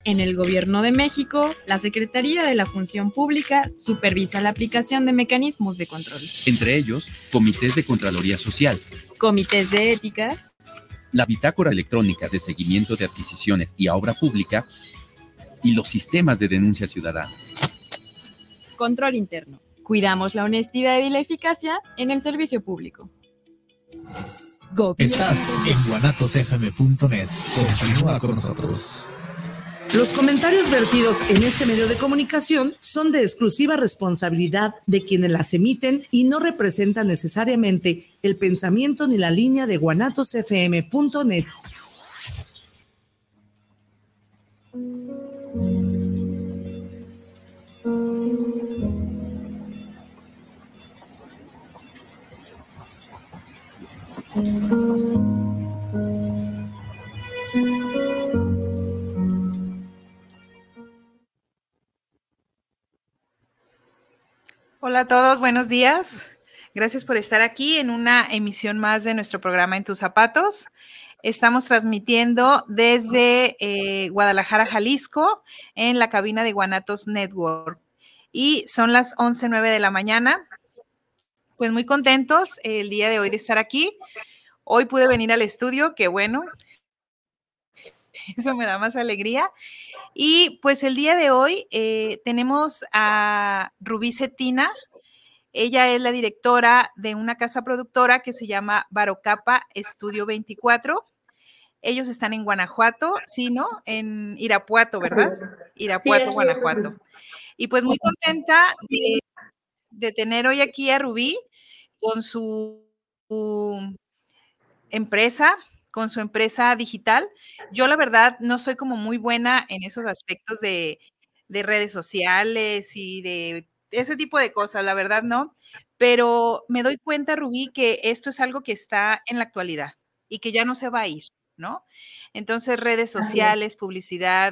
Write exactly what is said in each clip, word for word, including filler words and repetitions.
En el Gobierno de México, la Secretaría de la Función Pública supervisa la aplicación de mecanismos de control. Entre ellos, comités de Contraloría Social, comités de ética, la bitácora electrónica de seguimiento de adquisiciones y a obra pública y los sistemas de denuncia ciudadana. Control interno. Cuidamos la honestidad y la eficacia en el servicio público. Estás en guanatos f m punto net. Continúa con nosotros. Los comentarios vertidos en este medio de comunicación son de exclusiva responsabilidad de quienes las emiten y no representan necesariamente el pensamiento ni la línea de guanatos f m punto net. Hola a todos, buenos días. Gracias por estar aquí en una emisión más de nuestro programa En Tus Zapatos. Estamos transmitiendo desde eh, Guadalajara, Jalisco, en la cabina de Guanatos Network. Y son las once nueve de la mañana. Pues muy contentos el día de hoy de estar aquí. Hoy pude venir al estudio, qué bueno. Eso me da más alegría. Y pues el día de hoy eh, tenemos a Rubí Cetina. Ella es la directora de una casa productora que se llama Barocapa Estudio veinticuatro. Ellos están en Guanajuato, sí, ¿no? En Irapuato, ¿verdad? Irapuato, sí, Guanajuato. Y pues muy contenta de, de tener hoy aquí a Rubí con su, su empresa, con su empresa digital. Yo la verdad no soy como muy buena en esos aspectos de, de redes sociales y de ese tipo de cosas, la verdad no, pero me doy cuenta, Rubí, que esto es algo que está en la actualidad y que ya no se va a ir, ¿no? Entonces, redes sociales, publicidad,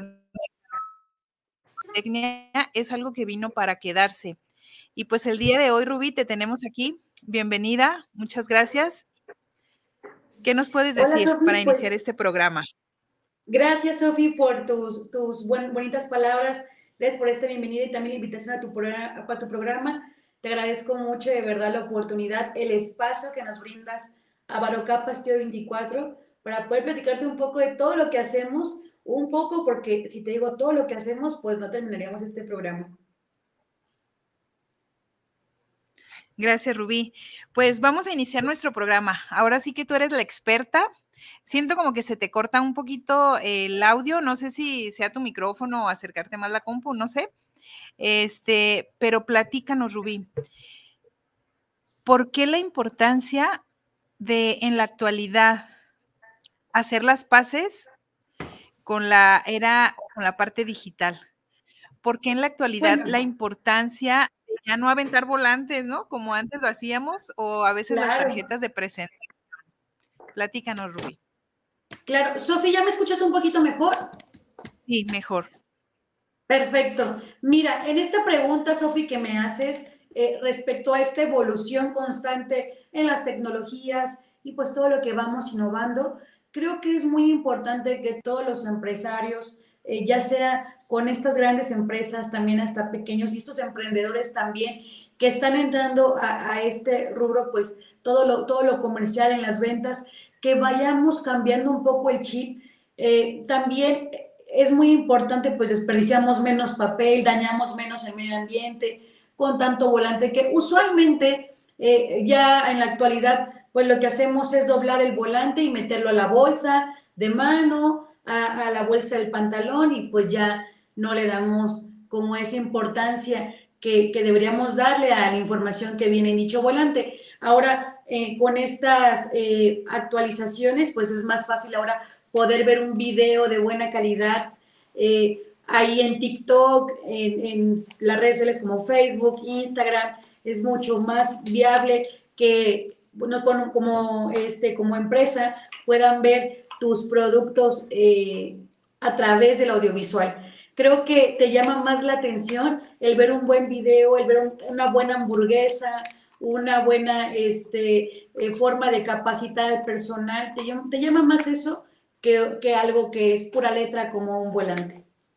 es algo que vino para quedarse. Y pues el día de hoy, Rubí, te tenemos aquí. Bienvenida, muchas gracias. ¿Qué nos puedes decir Hola, Sofi, para iniciar pues, este programa? Gracias, Sofi, por tus, tus buen, bonitas palabras. Gracias por esta bienvenida y también la invitación a tu, programa, a tu programa. Te agradezco mucho, de verdad, la oportunidad, el espacio que nos brindas a Barocapa Estudio veinticuatro para poder platicarte un poco de todo lo que hacemos, un poco, porque si te digo todo lo que hacemos, pues no terminaríamos este programa. Gracias, Rubí. Pues vamos a iniciar nuestro programa. Ahora sí que tú eres la experta. Siento como que se te corta un poquito el audio. No sé si sea tu micrófono o acercarte más a la compu, no sé. Este, pero platícanos, Rubí. ¿Por qué la importancia de, en la actualidad, hacer las paces con la era, con la parte digital? ¿Por qué en la actualidad bueno. la importancia de ya no aventar volantes, ¿no? Como antes lo hacíamos, o a veces claro. las tarjetas de presentación. Platícanos, Rubí. Claro. Sofi, ¿ya me escuchas un poquito mejor? Sí, mejor. Perfecto. Mira, en esta pregunta, Sofi, que me haces eh, respecto a esta evolución constante en las tecnologías y pues todo lo que vamos innovando, creo que es muy importante que todos los empresarios, eh, ya sea con estas grandes empresas, también hasta pequeños, y estos emprendedores también que están entrando a, a este rubro, pues todo lo, todo lo comercial en las ventas, que vayamos cambiando un poco el chip. Eh, también es muy importante, pues desperdiciamos menos papel, dañamos menos el medio ambiente con tanto volante, que usualmente eh, ya en la actualidad, pues lo que hacemos es doblar el volante y meterlo a la bolsa de mano, a, a la bolsa del pantalón, y pues ya no le damos como esa importancia que, que deberíamos darle a la información que viene en dicho volante. Ahora, eh, con estas eh, actualizaciones, pues es más fácil ahora poder ver un video de buena calidad eh, ahí en TikTok, en, en las redes sociales como Facebook, Instagram. Es mucho más viable que, bueno, como, como, este, como empresa puedan ver tus productos eh, a través del audiovisual. Creo que te llama más la atención el ver un buen video, el ver un, una buena hamburguesa, una buena este, eh, forma de capacitar al personal. ¿Te llama, te llama más eso que, que algo que es pura letra como un volante?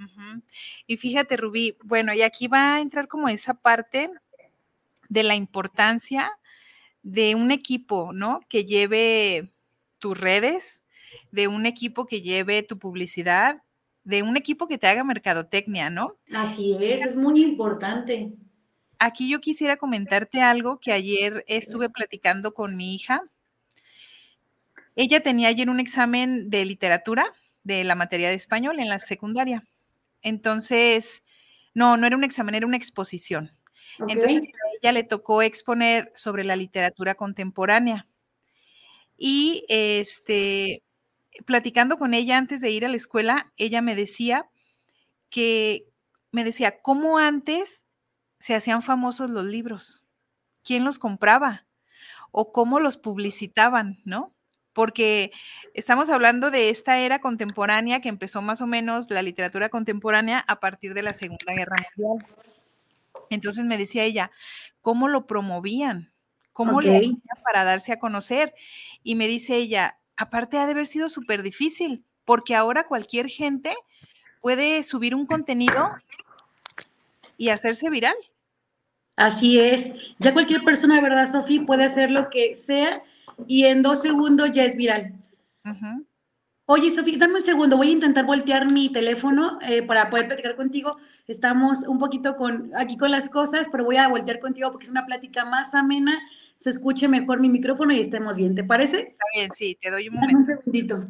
Uh-huh. Y fíjate, Rubí, bueno, y aquí va a entrar como esa parte de la importancia de un equipo, ¿no? Que lleve tus redes, de un equipo que lleve tu publicidad, de un equipo que te haga mercadotecnia, ¿no? Así es, es muy importante. Aquí yo quisiera comentarte algo que ayer estuve platicando con mi hija. Ella tenía ayer un examen de literatura de la materia de español en la secundaria. Entonces, no, no era un examen, era una exposición. Okay. Entonces, a ella le tocó exponer sobre la literatura contemporánea. Y este, platicando con ella antes de ir a la escuela, ella me decía que, me decía, ¿cómo antes se hacían famosos los libros? ¿Quién los compraba? ¿O cómo los publicitaban, no? Porque estamos hablando de esta era contemporánea que empezó más o menos la literatura contemporánea a partir de la Segunda Guerra Mundial. Entonces me decía ella, ¿cómo lo promovían? ¿Cómo Okay. le hacían para darse a conocer? Y me dice ella, aparte ha de haber sido súper difícil, porque ahora cualquier gente puede subir un contenido y hacerse viral. Así es. Ya cualquier persona, ¿verdad, Sofi? Puede hacer lo que sea y en dos segundos ya es viral. Uh-huh. Oye, Sofi, dame un segundo. Voy a intentar voltear mi teléfono eh, para poder platicar contigo. Estamos un poquito con, aquí con las cosas, pero voy a voltear contigo porque es una plática más amena, se escuche mejor mi micrófono y estemos bien. ¿Te parece? Está bien, sí, te doy un Dame momento. un segundito.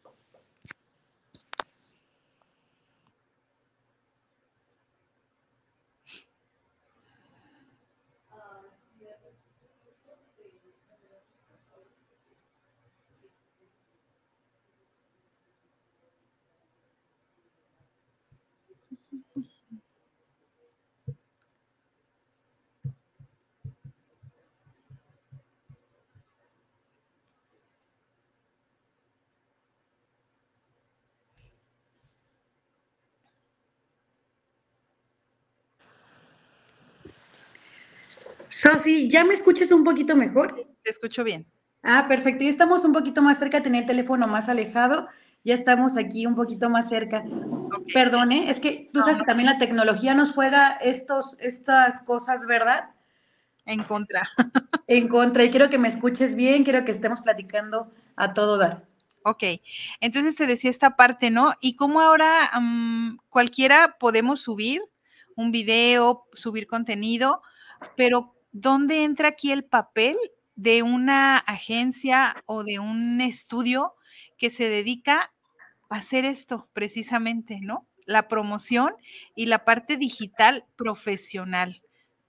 Sofi, ¿ya me escuchas un poquito mejor? Te escucho bien. Ah, perfecto. Ya estamos un poquito más cerca, tenía el teléfono más alejado, ya estamos aquí un poquito más cerca. Okay. Perdone, es que tú sabes que también la tecnología nos juega estos, estas cosas, ¿verdad? En contra. En contra, y quiero que me escuches bien, quiero que estemos platicando a todo dar. Ok, entonces te decía esta parte, ¿no? Y cómo ahora um, cualquiera podemos subir un video, subir contenido, pero ¿dónde entra aquí el papel de una agencia o de un estudio que se dedica a hacer esto precisamente, ¿no? La promoción y la parte digital profesional.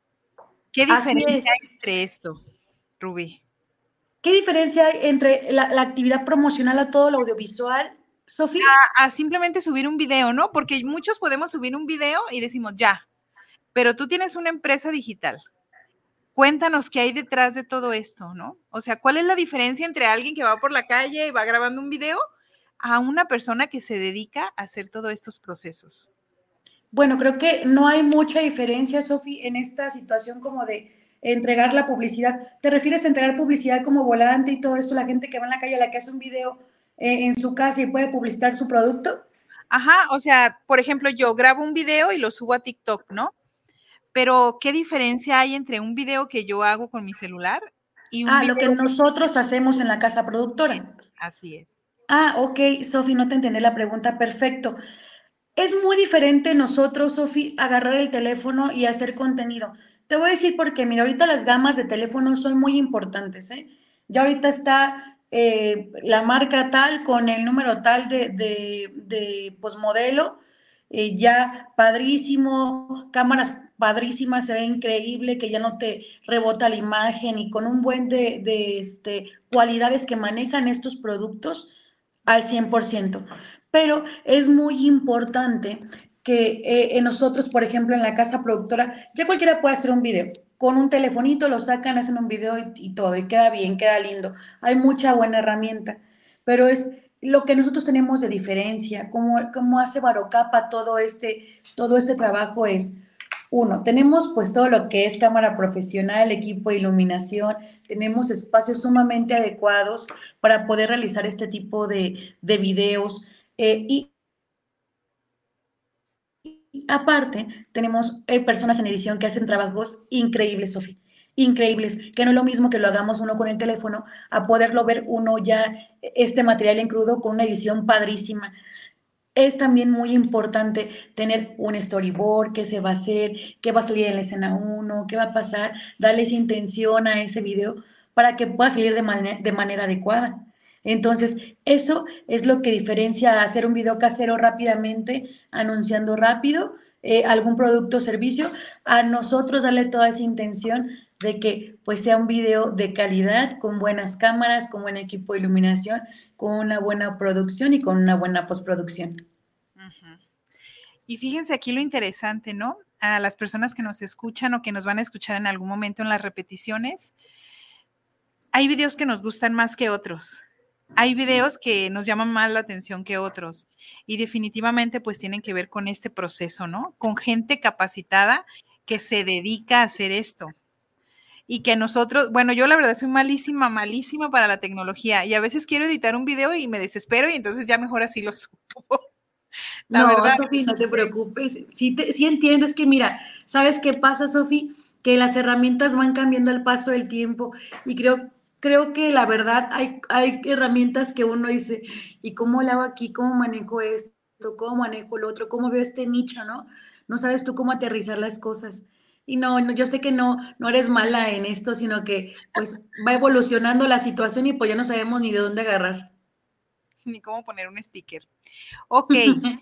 ¿Qué diferencia hay entre esto, Rubí? ¿Qué diferencia hay entre la, la actividad promocional a todo lo audiovisual, Sofi? A, a simplemente subir un video, ¿no? Porque muchos podemos subir un video y decimos, ya, pero tú tienes una empresa digital. Cuéntanos qué hay detrás de todo esto, ¿no? O sea, ¿cuál es la diferencia entre alguien que va por la calle y va grabando un video a una persona que se dedica a hacer todos estos procesos? Bueno, creo que no hay mucha diferencia, Sofi, en esta situación como de entregar la publicidad. ¿Te refieres a entregar publicidad como volante y todo esto? La gente que va en la calle, la que hace un video eh, en su casa y puede publicitar su producto. Ajá, o sea, por ejemplo, yo grabo un video y lo subo a TikTok, ¿no? Pero, ¿qué diferencia hay entre un video que yo hago con mi celular y un ah, video? Lo que nosotros hacemos en la casa productora. Así es. Ah, ok, Sofi, no te entendí la pregunta, perfecto. Es muy diferente nosotros, Sofi, agarrar el teléfono y hacer contenido. Te voy a decir porque, mira, ahorita las gamas de teléfonos son muy importantes, ¿eh? Ya ahorita está eh, la marca tal con el número tal de, de, de pues, modelo, eh, ya padrísimo, cámaras padrísimas, se ve increíble, que ya no te rebota la imagen y con un buen de, de este, cualidades que manejan estos productos al cien por ciento. Pero es muy importante que eh, nosotros, por ejemplo, en la casa productora, ya cualquiera puede hacer un video. Con un telefonito lo sacan, hacen un video y, y todo, y queda bien, queda lindo. Hay mucha buena herramienta, pero es lo que nosotros tenemos de diferencia, cómo, cómo hace Barocapa todo este, todo este trabajo es, uno, tenemos pues todo lo que es cámara profesional, equipo de iluminación, tenemos espacios sumamente adecuados para poder realizar este tipo de, de videos, eh, y Y aparte, tenemos eh, personas en edición que hacen trabajos increíbles, Sofi, increíbles, que no es lo mismo que lo hagamos uno con el teléfono, a poderlo ver uno ya, este material en crudo con una edición padrísima. Es también muy importante tener un storyboard, qué se va a hacer, qué va a salir en la escena uno, qué va a pasar, darles intención a ese video para que pueda salir de, manera, de manera adecuada. Entonces, eso es lo que diferencia hacer un video casero rápidamente, anunciando rápido eh, algún producto o servicio, a nosotros darle toda esa intención de que pues sea un video de calidad, con buenas cámaras, con buen equipo de iluminación, con una buena producción y con una buena postproducción. Uh-huh. Y fíjense aquí lo interesante, ¿no? A las personas que nos escuchan o que nos van a escuchar en algún momento en las repeticiones, hay videos que nos gustan más que otros. Hay videos que nos llaman más la atención que otros y definitivamente pues tienen que ver con este proceso, ¿no? Con gente capacitada que se dedica a hacer esto. Y que nosotros, bueno, yo la verdad soy malísima, malísima para la tecnología y a veces quiero editar un video y me desespero y entonces ya mejor así lo subo. La no, verdad, Sofi, no te preocupes. Sí, te, sí entiendo, es que mira, ¿sabes qué pasa, Sofi? Que las herramientas van cambiando al paso del tiempo y creo, creo que la verdad hay, hay herramientas que uno dice, ¿y cómo lo hago aquí? ¿Cómo manejo esto? ¿Cómo manejo lo otro? ¿Cómo veo este nicho, no? No sabes tú cómo aterrizar las cosas. Y no, no, yo sé que no, no eres mala en esto, sino que pues va evolucionando la situación y pues ya no sabemos ni de dónde agarrar. Ni cómo poner un sticker. Ok,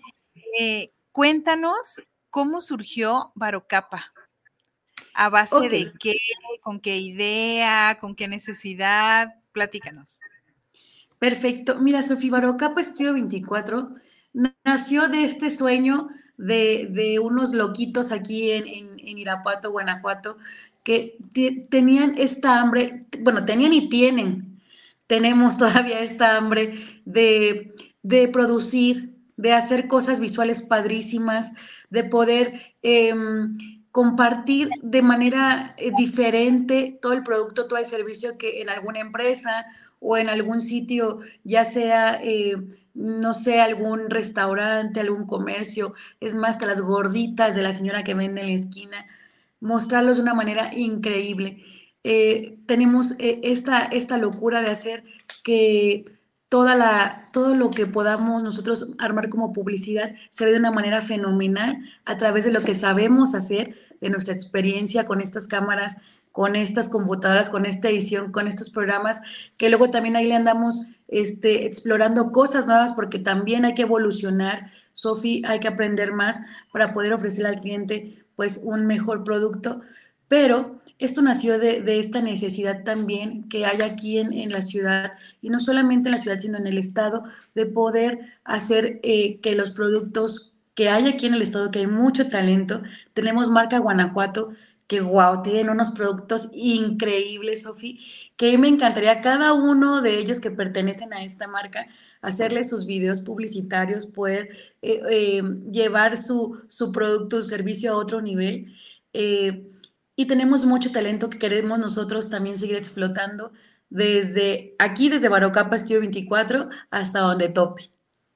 eh, cuéntanos cómo surgió Barocapa. ¿A base okay. de qué? ¿Con qué idea? ¿Con qué necesidad? Platícanos. Perfecto. Mira, Sofi, Barocapa Estudio veinticuatro nació de este sueño de, de unos loquitos aquí en, en, en Irapuato, Guanajuato, que tenían esta hambre, bueno, tenían y tienen, tenemos todavía esta hambre de, de producir, de hacer cosas visuales padrísimas, de poder eh, compartir de manera eh, diferente todo el producto, todo el servicio que en alguna empresa o en algún sitio, ya sea, eh, no sé, algún restaurante, algún comercio, es más que las gorditas de la señora que vende en la esquina, mostrarlos de una manera increíble. Eh, tenemos eh, esta, esta locura de hacer que toda la, todo lo que podamos nosotros armar como publicidad se ve de una manera fenomenal a través de lo que sabemos hacer, de nuestra experiencia con estas cámaras, con estas computadoras, con esta edición, con estos programas, que luego también ahí le andamos este, explorando cosas nuevas porque también hay que evolucionar, Sofi, hay que aprender más para poder ofrecerle al cliente pues un mejor producto, pero esto nació de, de esta necesidad también que hay aquí en, en la ciudad, y no solamente en la ciudad, sino en el estado, de poder hacer eh, que los productos que hay aquí en el estado, que hay mucho talento, tenemos marca Guanajuato, que wow, tienen unos productos increíbles, Sofi, que me encantaría cada uno de ellos que pertenecen a esta marca, hacerle sus videos publicitarios, poder eh, eh, llevar su, su producto, su servicio a otro nivel. Eh, y tenemos mucho talento que queremos nosotros también seguir explotando desde aquí, desde Barocapa Estudio veinticuatro hasta donde tope.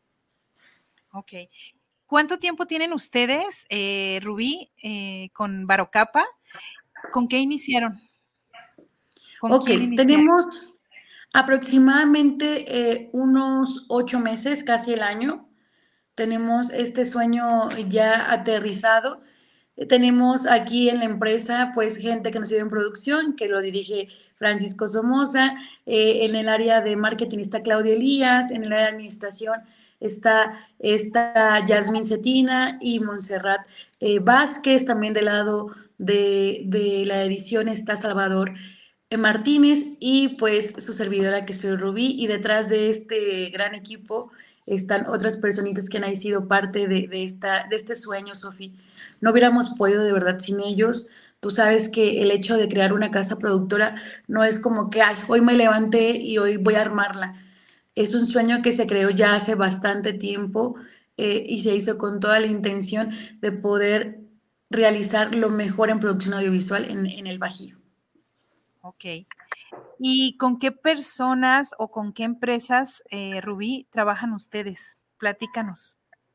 Ok. ¿Cuánto tiempo tienen ustedes, eh, Rubí, eh, con Barocapa? ¿Con qué iniciaron? ¿Con ok, quién iniciaron? Tenemos aproximadamente eh, unos ocho meses, casi el año. Tenemos este sueño ya aterrizado. Tenemos aquí en la empresa, pues, gente que nos ayuda en producción, que lo dirige Francisco Somoza. Eh, en el área de marketing está Claudia Elías. En el área de administración está, está Yasmín Cetina y Montserrat eh, Vázquez. También del lado de, de la edición está Salvador Martínez y pues su servidora, que soy Rubí. Y detrás de este gran equipo están otras personitas que han sido parte de, de, esta, de este sueño, Sofi. No hubiéramos podido de verdad sin ellos. Tú sabes que el hecho de crear una casa productora no es como que, ay, hoy me levanté y hoy voy a armarla. Es un sueño que se creó ya hace bastante tiempo eh, y se hizo con toda la intención de poder realizar lo mejor en producción audiovisual en, en el Bajío. Ok. ¿Y con qué personas o con qué empresas, eh, Rubí, trabajan ustedes? Platícanos.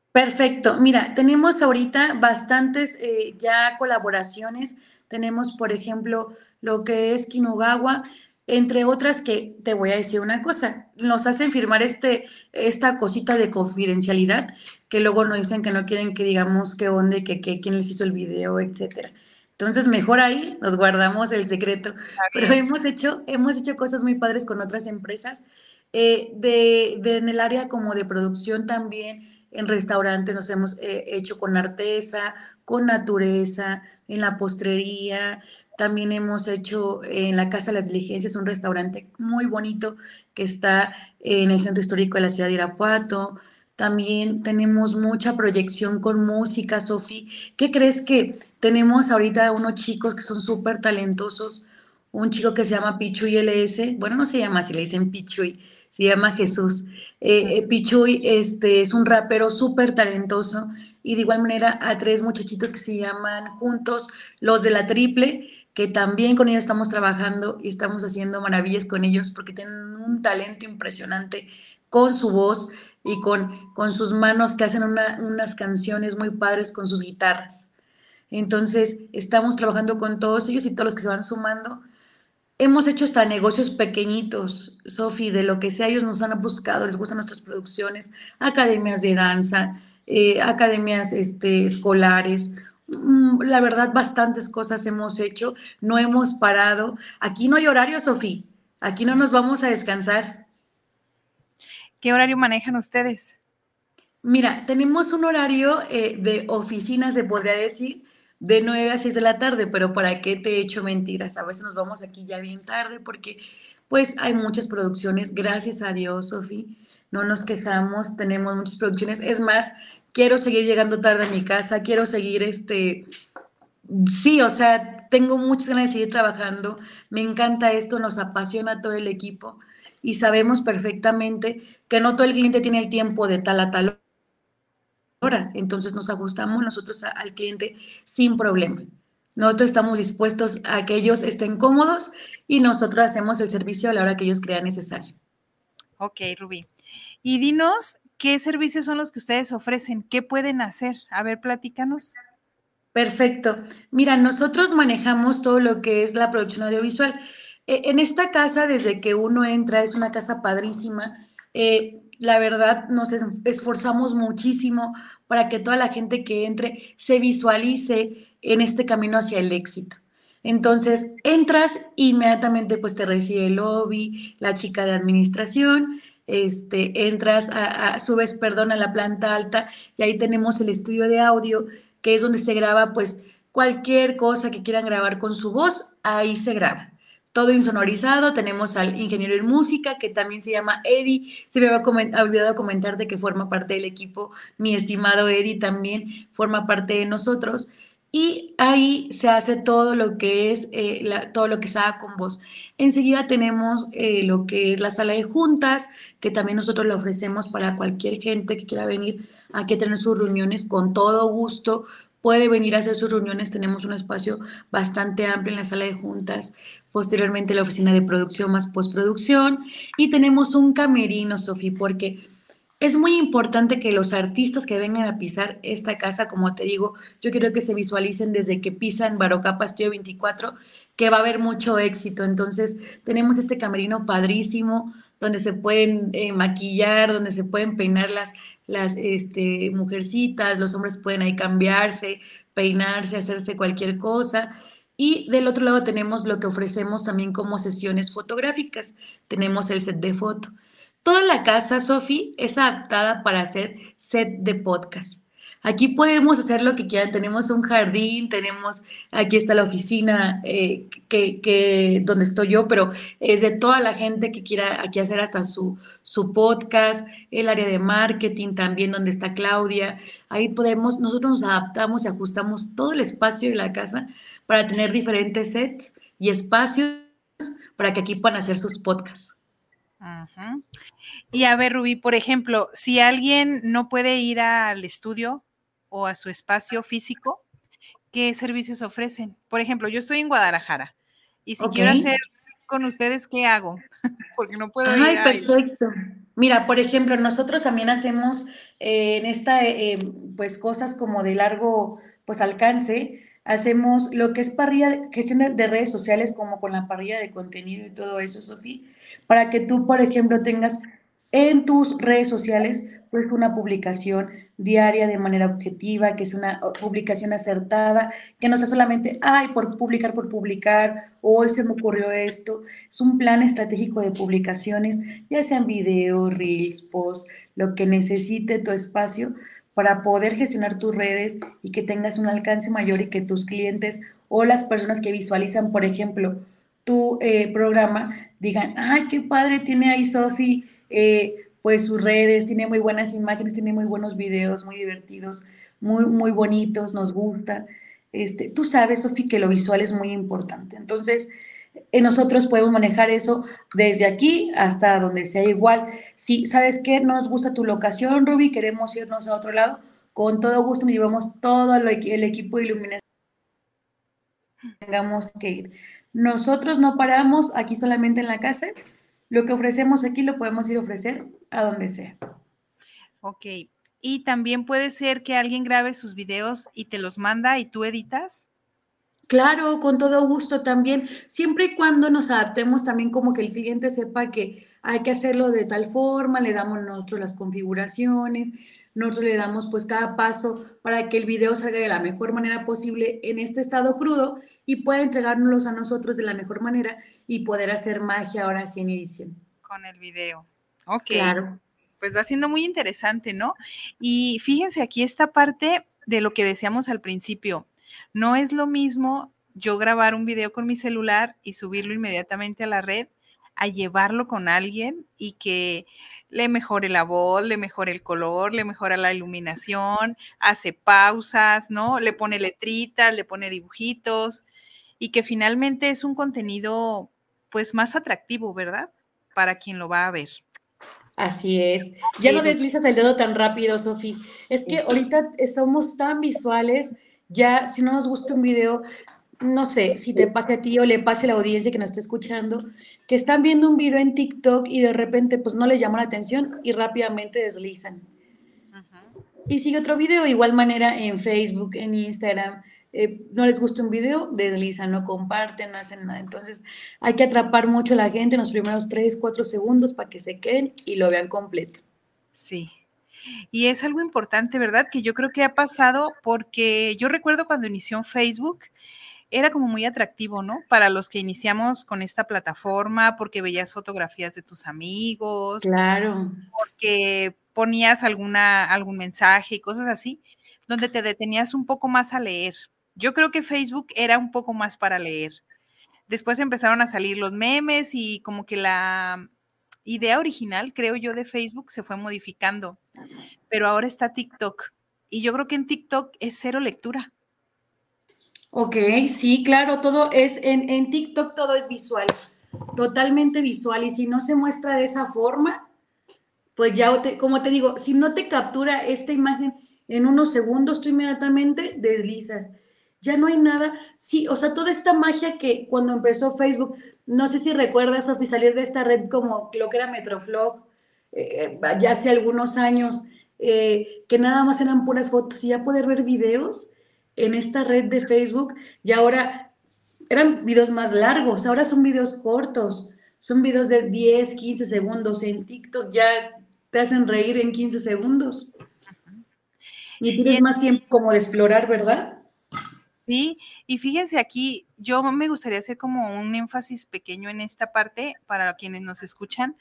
Perfecto. Mira, tenemos ahorita bastantes eh, ya colaboraciones. Tenemos, por ejemplo, lo que es Kinugawa, entre otras que te voy a decir una cosa, nos hacen firmar este, esta cosita de confidencialidad, que luego nos dicen que no quieren que digamos qué onda, y que, que quién les hizo el video, etcétera. Entonces, mejor ahí nos guardamos el secreto. Está Pero bien. hemos hecho, hemos hecho cosas muy padres con otras empresas, eh, de, de en el área como de producción también. En restaurantes nos hemos eh, hecho con Arteza, con Natureza, en la postrería, también hemos hecho en la Casa de las Diligencias, un restaurante muy bonito que está en el centro histórico de la ciudad de Irapuato. También tenemos mucha proyección con música, Sofi. ¿Qué crees que tenemos ahorita unos chicos que son súper talentosos? Un chico que se llama Pichuy L S, bueno, no se llama así, le dicen Pichuy, se llama Jesús. Eh, eh, Pichuy este, es un rapero súper talentoso y de igual manera a tres muchachitos que se llaman juntos Los de la Triple, que también con ellos estamos trabajando y estamos haciendo maravillas con ellos porque tienen un talento impresionante con su voz y con, con sus manos que hacen una, unas canciones muy padres con sus guitarras. Entonces, estamos trabajando con todos ellos y todos los que se van sumando. Hemos hecho hasta negocios pequeñitos, Sofi, de lo que sea, ellos nos han buscado, les gustan nuestras producciones, academias de danza, eh, academias este, escolares, mm, la verdad, bastantes cosas hemos hecho, no hemos parado. Aquí no hay horario, Sofi, aquí no nos vamos a descansar. ¿Qué horario manejan ustedes? Mira, tenemos un horario eh, de oficina, se podría decir, de nueve a seis de la tarde, pero ¿para qué te he hecho mentiras? A veces nos vamos aquí ya bien tarde porque pues hay muchas producciones, gracias a Dios, Sofi, no nos quejamos, tenemos muchas producciones. Es más, quiero seguir llegando tarde a mi casa, quiero seguir este, sí, o sea, tengo muchas ganas de seguir trabajando, me encanta esto, nos apasiona a todo el equipo y sabemos perfectamente que no todo el cliente tiene el tiempo de tal a tal hora, entonces nos ajustamos nosotros a, al cliente sin problema. Nosotros estamos dispuestos a que ellos estén cómodos y nosotros hacemos el servicio a la hora que ellos crean necesario. Ok, Rubí. Y dinos, ¿qué servicios son los que ustedes ofrecen? ¿Qué pueden hacer? A ver, platícanos. Perfecto. Mira, nosotros manejamos todo lo que es la producción audiovisual. Eh, en esta casa, desde que uno entra, es una casa padrísima. Eh, la verdad, nos esforzamos muchísimo para que toda la gente que entre se visualice en este camino hacia el éxito. Entonces, entras, inmediatamente pues te recibe el lobby, la chica de administración, este, entras, a, a, subes, perdón, a la planta alta y ahí tenemos el estudio de audio, que es donde se graba pues cualquier cosa que quieran grabar con su voz, ahí se graba. Todo insonorizado, tenemos al ingeniero en música, que también se llama Eddie, se me había coment- olvidado comentarte que forma parte del equipo, mi estimado Eddie también forma parte de nosotros, y ahí se hace todo lo que es, eh, la, todo lo que se haga con voz. Enseguida tenemos eh, lo que es la sala de juntas, que también nosotros le ofrecemos para cualquier gente que quiera venir aquí a tener sus reuniones con todo gusto, puede venir a hacer sus reuniones, tenemos un espacio bastante amplio en la sala de juntas, posteriormente la oficina de producción más postproducción, y tenemos un camerino, Sofi, porque es muy importante que los artistas que vengan a pisar esta casa, como te digo, yo quiero que se visualicen desde que pisan Barocapa Estudio veinticuatro, que va a haber mucho éxito. Entonces, tenemos este camerino padrísimo, donde se pueden eh, maquillar, donde se pueden peinar las, las este, mujercitas, los hombres pueden ahí cambiarse, peinarse, hacerse cualquier cosa. Y del otro lado tenemos lo que ofrecemos también como sesiones fotográficas. Tenemos el set de foto. Toda la casa, Sofi, es adaptada para hacer set de podcast. Aquí podemos hacer lo que quieran. Tenemos un jardín, tenemos, aquí está la oficina eh, que, que, donde estoy yo, pero es de toda la gente que quiera aquí hacer hasta su, su podcast, el área de marketing también, donde está Claudia. Ahí podemos, nosotros nos adaptamos y ajustamos todo el espacio de la casa para tener diferentes sets y espacios para que aquí puedan hacer sus podcasts. Uh-huh. Y a ver, Rubí, por ejemplo, si alguien no puede ir al estudio o a su espacio físico, ¿qué servicios ofrecen? Por ejemplo, yo estoy en Guadalajara y si okay. quiero hacer con ustedes, ¿qué hago? Porque no puedo Ay, ir. Ay, perfecto. Mira, por ejemplo, nosotros también hacemos eh, en esta, eh, pues cosas como de largo, pues alcance, hacemos lo que es parrilla, gestión de, de redes sociales, como con la parrilla de contenido y todo eso, Sofía, para que tú, por ejemplo, tengas en tus redes sociales, pues una publicación diaria de manera objetiva, que es una publicación acertada, que no sea solamente, ay, por publicar, por publicar, hoy se me ocurrió esto. Es un plan estratégico de publicaciones, ya sean videos, reels, posts, lo que necesite tu espacio para poder gestionar tus redes y que tengas un alcance mayor y que tus clientes o las personas que visualizan, por ejemplo, tu eh, programa, digan, ay, qué padre tiene ahí Sofi, eh, pues sus redes, tiene muy buenas imágenes, tiene muy buenos videos, muy divertidos, muy, muy bonitos, nos gusta. Este, tú sabes, Sofi, que lo visual es muy importante. Entonces, eh, nosotros podemos manejar eso desde aquí hasta donde sea igual. Si sabes que no nos gusta tu locación, Ruby, queremos irnos a otro lado, con todo gusto nos llevamos todo el, el equipo de iluminación que tengamos que ir. Nosotros no paramos aquí solamente en la casa, lo que ofrecemos aquí lo podemos ir a ofrecer a donde sea. Ok, y también puede ser que alguien grabe sus videos y te los manda y tú editas. Claro, con todo gusto también, siempre y cuando nos adaptemos también como que el cliente sepa que hay que hacerlo de tal forma, le damos nosotros las configuraciones, nosotros le damos pues cada paso para que el video salga de la mejor manera posible en este estado crudo y pueda entregárnoslos a nosotros de la mejor manera y poder hacer magia ahora sí en edición. Con el video. Ok. Claro. Pues va siendo muy interesante, ¿no? Y fíjense aquí esta parte de lo que decíamos al principio. No es lo mismo yo grabar un video con mi celular y subirlo inmediatamente a la red a llevarlo con alguien y que le mejore la voz, le mejore el color, le mejora la iluminación, hace pausas, ¿no? Le pone letritas, le pone dibujitos y que finalmente es un contenido pues más atractivo, ¿verdad? Para quien lo va a ver. Así es. Ya no deslizas el dedo tan rápido, Sofi. Es que ahorita somos tan visuales, ya si no nos gusta un video, no sé si te pase a ti o le pase a la audiencia que nos esté escuchando, que están viendo un video en TikTok y de repente pues no les llamó la atención y rápidamente deslizan. Uh-huh. Y sigue otro video, igual manera en Facebook, en Instagram. Eh, no les gusta un video, deslizan, no comparten, no hacen nada. Entonces hay que atrapar mucho a la gente en los primeros tres, cuatro segundos para que se queden y lo vean completo. Sí, y es algo importante, ¿verdad? Que yo creo que ha pasado porque yo recuerdo cuando inició en Facebook, era como muy atractivo, ¿no? Para los que iniciamos con esta plataforma, porque veías fotografías de tus amigos. Claro. Porque ponías alguna, algún mensaje y cosas así, donde te detenías un poco más a leer. Yo creo que Facebook era un poco más para leer. Después empezaron a salir los memes y como que la idea original, creo yo, de Facebook se fue modificando. Pero ahora está TikTok. Y yo creo que en TikTok es cero lectura. Ok, sí, claro, todo es, en, en TikTok todo es visual, totalmente visual. Y si no se muestra de esa forma, pues ya, te, como te digo, si no te captura esta imagen en unos segundos, tú inmediatamente deslizas. Ya no hay nada, sí, o sea, toda esta magia que cuando empezó Facebook, no sé si recuerdas, Sofi, salir de esta red como lo que era Metroflog, eh, ya hace algunos años, eh, que nada más eran puras fotos y ya poder ver videos en esta red de Facebook, y ahora eran videos más largos, ahora son videos cortos, son videos de diez, quince segundos. En TikTok ya te hacen reír en quince segundos. Uh-huh. Y tienes y más tiempo como de explorar, ¿verdad? Sí, y fíjense aquí, yo me gustaría hacer como un énfasis pequeño en esta parte para quienes nos escuchan.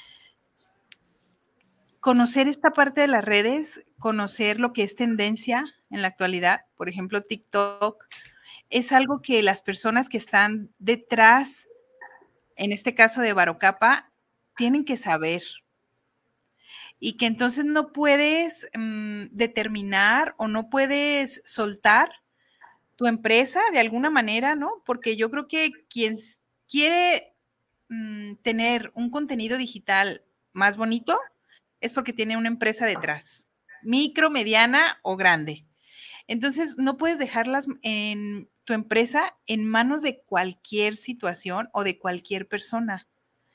Conocer esta parte de las redes, conocer lo que es tendencia en la actualidad, por ejemplo, TikTok, es algo que las personas que están detrás, en este caso de Barocapa, tienen que saber. Y que entonces no puedes um, determinar o no puedes soltar tu empresa de alguna manera, ¿no? Porque yo creo que quien quiere um, tener un contenido digital más bonito es porque tiene una empresa detrás, micro, mediana o grande. Entonces, no puedes dejarlas en tu empresa en manos de cualquier situación o de cualquier persona.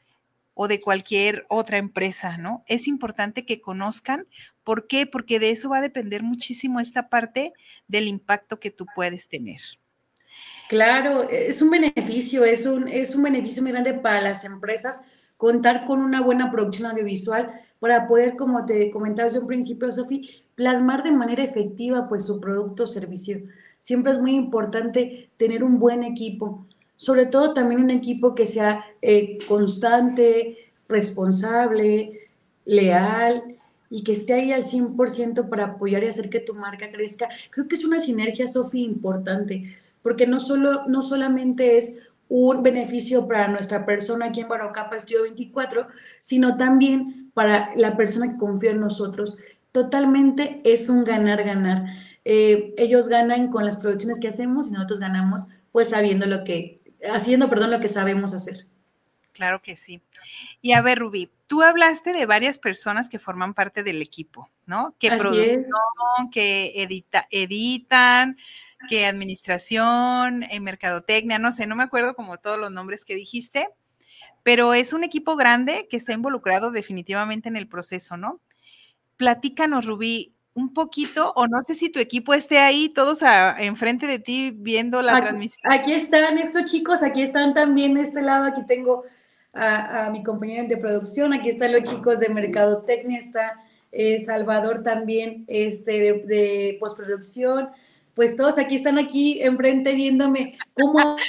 o de cualquier otra empresa, ¿no? Es importante que conozcan. ¿Por qué? Porque de eso va a depender muchísimo esta parte del impacto que tú puedes tener. Claro, es un beneficio, es un, es un beneficio muy grande para las empresas contar con una buena producción audiovisual para poder, como te comentaba desde un principio, Sofi, plasmar de manera efectiva pues su producto o servicio. Siempre es muy importante tener un buen equipo, sobre todo también un equipo que sea eh, constante, responsable, leal y que esté ahí al cien por ciento para apoyar y hacer que tu marca crezca. Creo que es una sinergia, Sofi, importante, porque no, solo, no solamente es un beneficio para nuestra persona aquí en Barocapa Estudio veinticuatro, sino también para la persona que confía en nosotros. Totalmente es un ganar-ganar. Eh, ellos ganan con las producciones que hacemos y nosotros ganamos pues sabiendo lo que, haciendo, perdón, lo que sabemos hacer. Claro que sí. Y a ver, Rubí, tú hablaste de varias personas que forman parte del equipo, ¿no? Que Así producción, es. que edita, editan, que administración, en mercadotecnia, no sé, no me acuerdo como todos los nombres que dijiste, pero es un equipo grande que está involucrado definitivamente en el proceso, ¿no? Platícanos, Rubí, un poquito, o no sé si tu equipo esté ahí, todos a, enfrente de ti viendo la Aquí, transmisión. aquí están estos chicos, aquí están también de este lado, aquí tengo a, a mi compañero de producción, aquí están los chicos de mercadotecnia, está eh, Salvador también este, de, de postproducción, pues todos aquí están aquí enfrente viéndome cómo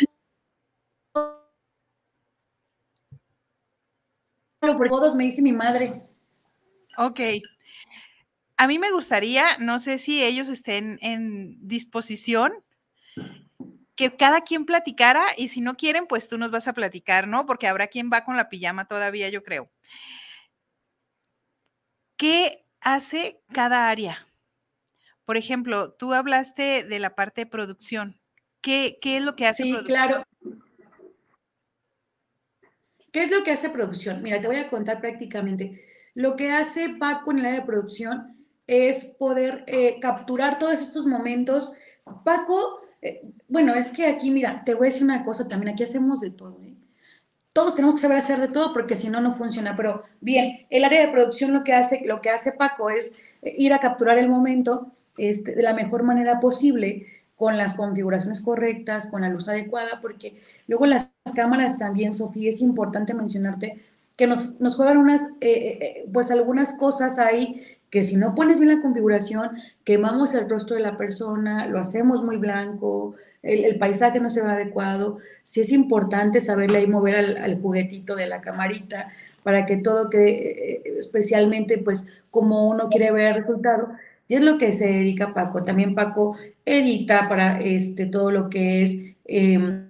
por todos me dice mi madre. Ok. A mí me gustaría, no sé si ellos estén en disposición, que cada quien platicara y si no quieren, pues tú nos vas a platicar, ¿no? Porque habrá quien va con la pijama todavía, yo creo. ¿Qué hace cada área? Por ejemplo, tú hablaste de la parte de producción. ¿Qué, qué es lo que hace Sí, producción? claro. ¿Qué es lo que hace producción? Mira, te voy a contar prácticamente. Lo que hace Paco en el área de producción es poder eh, capturar todos estos momentos. Paco, eh, bueno, es que aquí, mira, te voy a decir una cosa también, aquí hacemos de todo, ¿eh? Todos tenemos que saber hacer de todo porque si no, no funciona. Pero bien, el área de producción lo que hace, lo que hace Paco es eh, ir a capturar el momento este, de la mejor manera posible, con las configuraciones correctas, con la luz adecuada, porque luego las cámaras también, Sofía, es importante mencionarte que nos, nos juegan unas, eh, eh, pues algunas cosas ahí que si no pones bien la configuración, quemamos el rostro de la persona, lo hacemos muy blanco, el, el paisaje no se ve adecuado. Sí es importante saberle ahí mover al, al juguetito de la camarita para que todo quede eh, especialmente pues como uno quiere ver el resultado. Y es lo que se dedica Paco. También Paco edita para este, todo lo que es eh,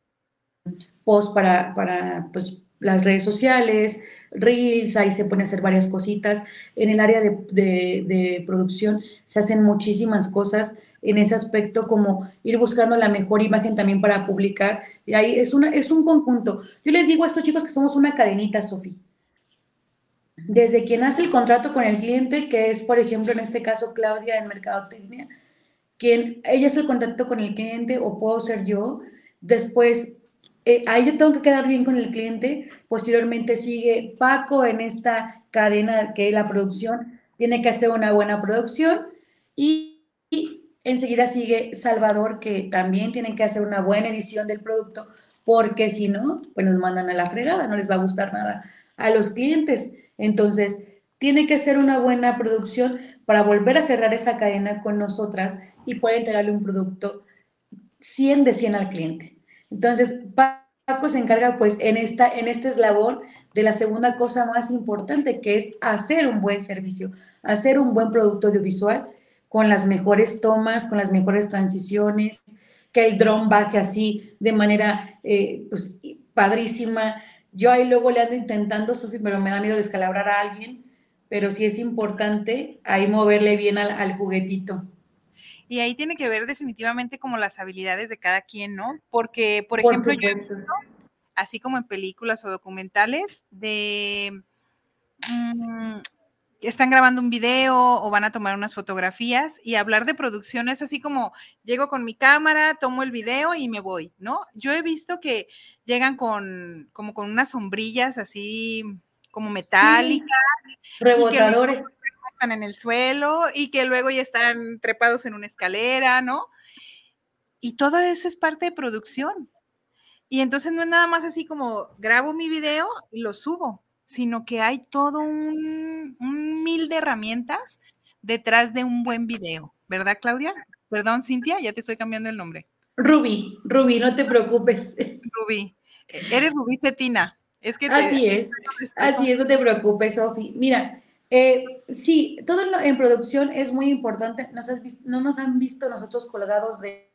post para, para pues, las redes sociales, Reels, ahí se pone a hacer varias cositas. En el área de, de, de producción se hacen muchísimas cosas en ese aspecto, como ir buscando la mejor imagen también para publicar. Y ahí es, una, es un conjunto. Yo les digo a estos chicos que somos una cadenita, Sofi. Desde quien hace el contrato con el cliente, que es, por ejemplo, en este caso, Claudia en Mercadotecnia, quien ella es el contacto con el cliente o puedo ser yo. Después, eh, ahí yo tengo que quedar bien con el cliente. Posteriormente sigue Paco en esta cadena que es la producción. Tiene que hacer una buena producción y, y enseguida sigue Salvador, que también tienen que hacer una buena edición del producto, porque si no, pues nos mandan a la fregada, no les va a gustar nada a los clientes. Entonces, tiene que ser una buena producción para volver a cerrar esa cadena con nosotras y poder entregarle un producto cien de cien al cliente. Entonces, Paco se encarga pues en, esta, en este eslabón de la segunda cosa más importante, que es hacer un buen servicio, hacer un buen producto audiovisual con las mejores tomas, con las mejores transiciones, que el dron baje así de manera eh, pues, padrísima. Yo ahí luego le ando intentando, Sofi, pero me da miedo descalabrar a alguien, pero sí es importante ahí moverle bien al, al juguetito. Y ahí tiene que ver definitivamente como las habilidades de cada quien, ¿no? Porque, por, Por ejemplo, yo he supuesto. visto, así como en películas o documentales, de, mmm, están grabando un video o van a tomar unas fotografías, y hablar de producción es así como llego con mi cámara, tomo el video y me voy, ¿no? Yo he visto que llegan con como con unas sombrillas así como metálicas, sí, rebotadores, y que luego están en el suelo y que luego ya están trepados en una escalera, ¿no? Y todo eso es parte de producción. Y entonces no es nada más así como grabo mi video y lo subo, sino que hay todo un, un mil de herramientas detrás de un buen video, ¿verdad, Claudia? Perdón, Cintia, ya te estoy cambiando el nombre. Rubí, Rubí, no te preocupes. Rubí, eres Rubí Cetina. Es que te, así es, así es, no te preocupes, Sofi. Mira, eh, sí, todo en, en producción es muy importante. Nos has visto, no nos han visto nosotros colgados de...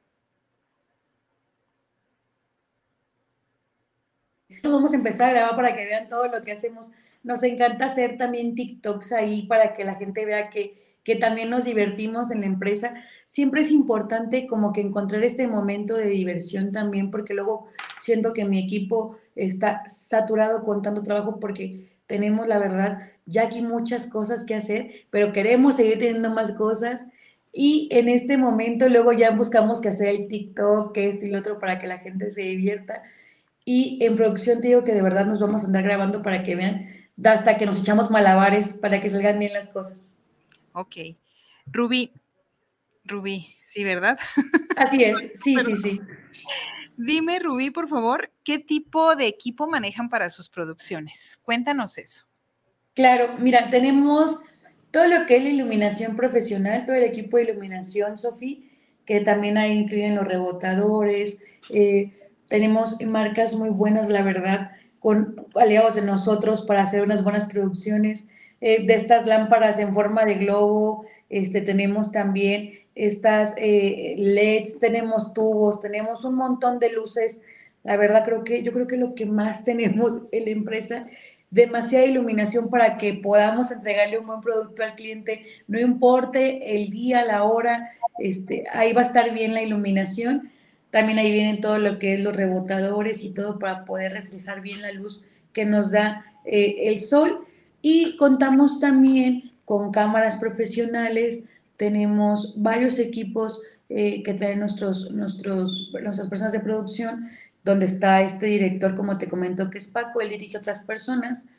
Vamos a empezar a grabar para que vean todo lo que hacemos. Nos encanta hacer también TikToks ahí para que la gente vea que, que también nos divertimos en la empresa. Siempre es importante como que encontrar este momento de diversión también, porque luego siento que mi equipo está saturado con tanto trabajo porque tenemos, la verdad, ya aquí muchas cosas que hacer, pero queremos seguir teniendo más cosas. Y en este momento luego ya buscamos que hacer el TikTok, que esto y lo otro, para que la gente se divierta. Y en producción te digo que de verdad nos vamos a andar grabando para que vean, hasta que nos echamos malabares para que salgan bien las cosas. Ok. Rubí, Rubí, sí, ¿verdad? Así es, sí, sí, sí. Dime, Rubí, por favor, ¿qué tipo de equipo manejan para sus producciones? Cuéntanos eso. Claro, mira, tenemos todo lo que es la iluminación profesional, todo el equipo de iluminación, Sofi, que también ahí incluyen los rebotadores, eh, tenemos marcas muy buenas, la verdad, con aliados de nosotros para hacer unas buenas producciones. Eh, de estas lámparas en forma de globo, este, tenemos también estas eh, L E Ds, tenemos tubos, tenemos un montón de luces. La verdad, creo que yo creo que lo que más tenemos en la empresa, demasiada iluminación para que podamos entregarle un buen producto al cliente, no importe el día, la hora, este, ahí va a estar bien la iluminación. También ahí vienen todo lo que es los rebotadores y todo para poder reflejar bien la luz que nos da eh, el sol. Y contamos también con cámaras profesionales, tenemos varios equipos eh, que traen nuestros, nuestros, nuestras personas de producción, donde está este director, como te comento, que es Paco, él dirige a otras personas.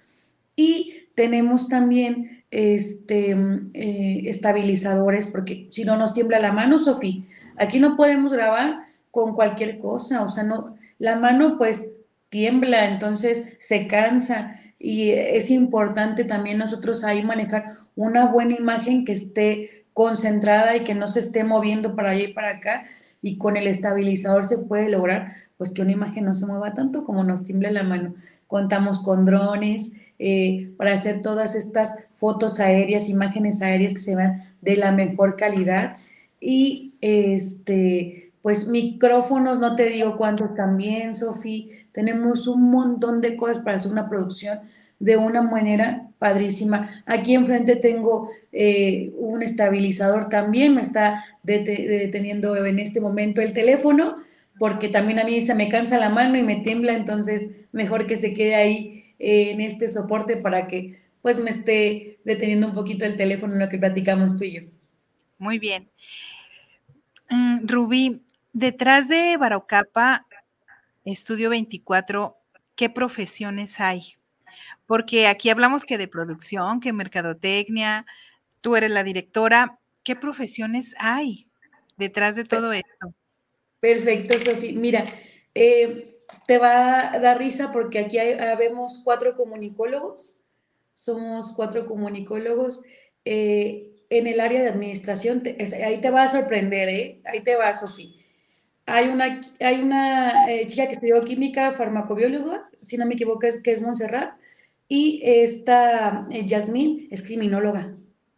Y tenemos también este, eh, estabilizadores, porque si no nos tiembla la mano, Sofi, aquí no podemos grabar con cualquier cosa, o sea, no, la mano pues tiembla, entonces se cansa y es importante también nosotros ahí manejar una buena imagen que esté concentrada y que no se esté moviendo para allá y para acá, y con el estabilizador se puede lograr pues que una imagen no se mueva tanto como nos tiembla la mano. Contamos con drones eh, para hacer todas estas fotos aéreas, imágenes aéreas que se vean de la mejor calidad, y este pues micrófonos, no te digo cuántos también, Sofi, tenemos un montón de cosas para hacer una producción de una manera padrísima. Aquí enfrente tengo eh, un estabilizador también, me está det- deteniendo en este momento el teléfono, porque también a mí se me cansa la mano y me tiembla, entonces mejor que se quede ahí eh, en este soporte para que pues me esté deteniendo un poquito el teléfono en lo que platicamos tú y yo. Muy bien. Mm, Rubí, detrás de Barocapa Estudio veinticuatro, ¿qué profesiones hay? Porque aquí hablamos que de producción, que mercadotecnia, tú eres la directora. ¿Qué profesiones hay detrás de todo esto? Perfecto, Sofi. Mira, eh, te va a dar risa porque aquí hay, habemos cuatro comunicólogos, somos cuatro comunicólogos eh, en el área de administración. Te, es, ahí te va a sorprender, ¿eh? Ahí te va, Sofi. Hay una, hay una eh, chica que estudió química, farmacobióloga, si no me equivoco, es, que es Montserrat, y esta eh, Yasmín es criminóloga.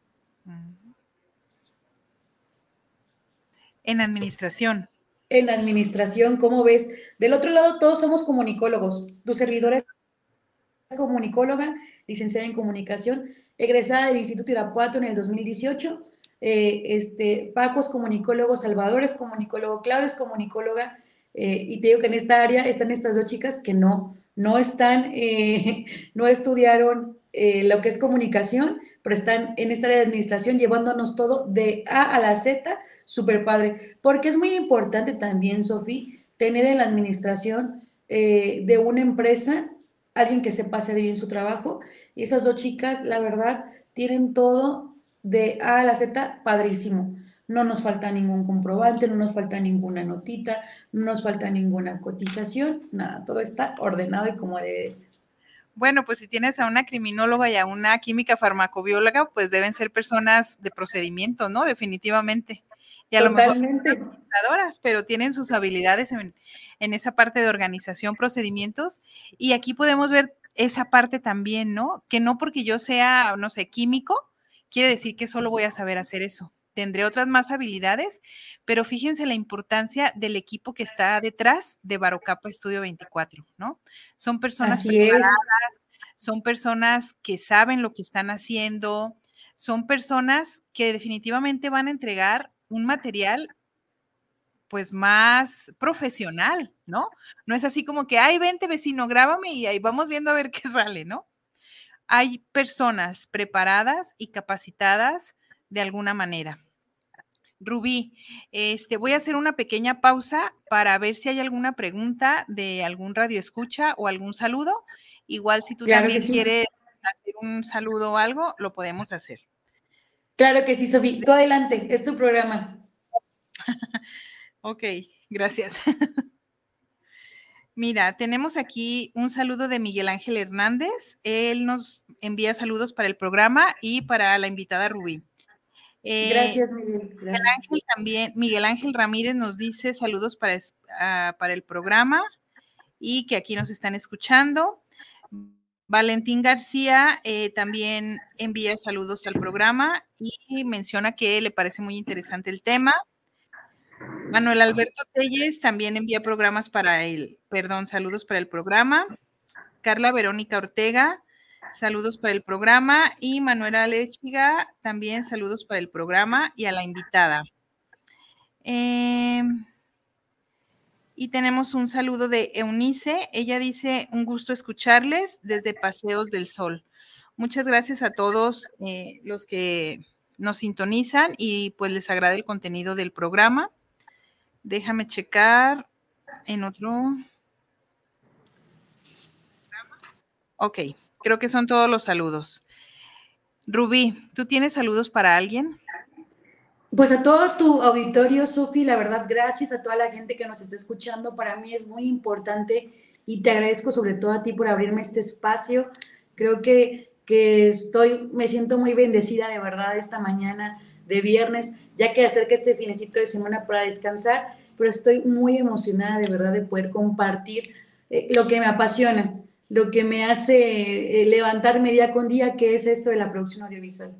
En administración. En administración, ¿cómo ves? Del otro lado, todos somos comunicólogos. Tu servidora es comunicóloga, licenciada en comunicación, egresada del Instituto Irapuato en el dos mil dieciocho. Eh, este, Paco es comunicólogo, Salvador es comunicólogo, Claudia es comunicóloga, eh, y te digo que en esta área están estas dos chicas que no, no están, eh, no estudiaron eh, lo que es comunicación, pero están en esta área de administración llevándonos todo de A a la Z, súper padre, porque es muy importante también, Sofi, tener en la administración eh, de una empresa alguien que sepa hacer bien su trabajo, y esas dos chicas, la verdad, tienen todo de A a la Z, padrísimo. No nos falta ningún comprobante, no nos falta ninguna notita, no nos falta ninguna cotización, nada, todo está ordenado y como debe ser. Bueno, pues si tienes a una criminóloga y a una química farmacobióloga, pues deben ser personas de procedimiento, ¿no? Definitivamente. Y a Totalmente. lo mejor son administradoras, pero tienen sus habilidades en, en esa parte de organización, procedimientos, y aquí podemos ver esa parte también, ¿no? Que no porque yo sea, no sé, químico, quiere decir que solo voy a saber hacer eso. Tendré otras más habilidades, pero fíjense la importancia del equipo que está detrás de Barocapa Estudio veinticuatro, ¿no? Son personas Así preparadas, es. son personas que saben lo que están haciendo, son personas que definitivamente van a entregar un material pues más profesional, ¿no? No es así como que, ay, vente vecino, grábame y ahí vamos viendo a ver qué sale, ¿no? Hay personas preparadas y capacitadas de alguna manera. Rubí, este, voy a hacer una pequeña pausa para ver si hay alguna pregunta de algún radioescucha o algún saludo. Igual si tú Claro también que sí. quieres hacer un saludo o algo, lo podemos hacer. Claro que sí, Sofi. Tú adelante, es tu programa. Ok, gracias. Mira, tenemos aquí un saludo de Miguel Ángel Hernández. Él nos envía saludos para el programa y para la invitada Rubí. Eh, Gracias, Miguel. Miguel Ángel también, Miguel Ángel Ramírez nos dice saludos para, uh, para el programa y que aquí nos están escuchando. Valentín García eh, también envía saludos al programa y menciona que le parece muy interesante el tema. Manuel Alberto Telles también envía programas para el, perdón, saludos para el programa. Carla Verónica Ortega, saludos para el programa. Y Manuela Lechiga, también saludos para el programa y a la invitada. Eh, y tenemos un saludo de Eunice. Ella dice, un gusto escucharles desde Paseos del Sol. Muchas gracias a todos eh, los que nos sintonizan y pues les agrada el contenido del programa. Déjame checar en otro. Ok, creo que son todos los saludos. Rubí, ¿tú tienes saludos para alguien? Pues a todo tu auditorio, Sofi, la verdad, gracias a toda la gente que nos está escuchando. Para mí es muy importante y te agradezco sobre todo a ti por abrirme este espacio. Creo que, que estoy, me siento muy bendecida de verdad esta mañana de viernes, ya que acerca este finecito de semana para descansar, pero estoy muy emocionada de verdad de poder compartir eh, lo que me apasiona, lo que me hace eh, levantarme día con día, que es esto de la producción audiovisual.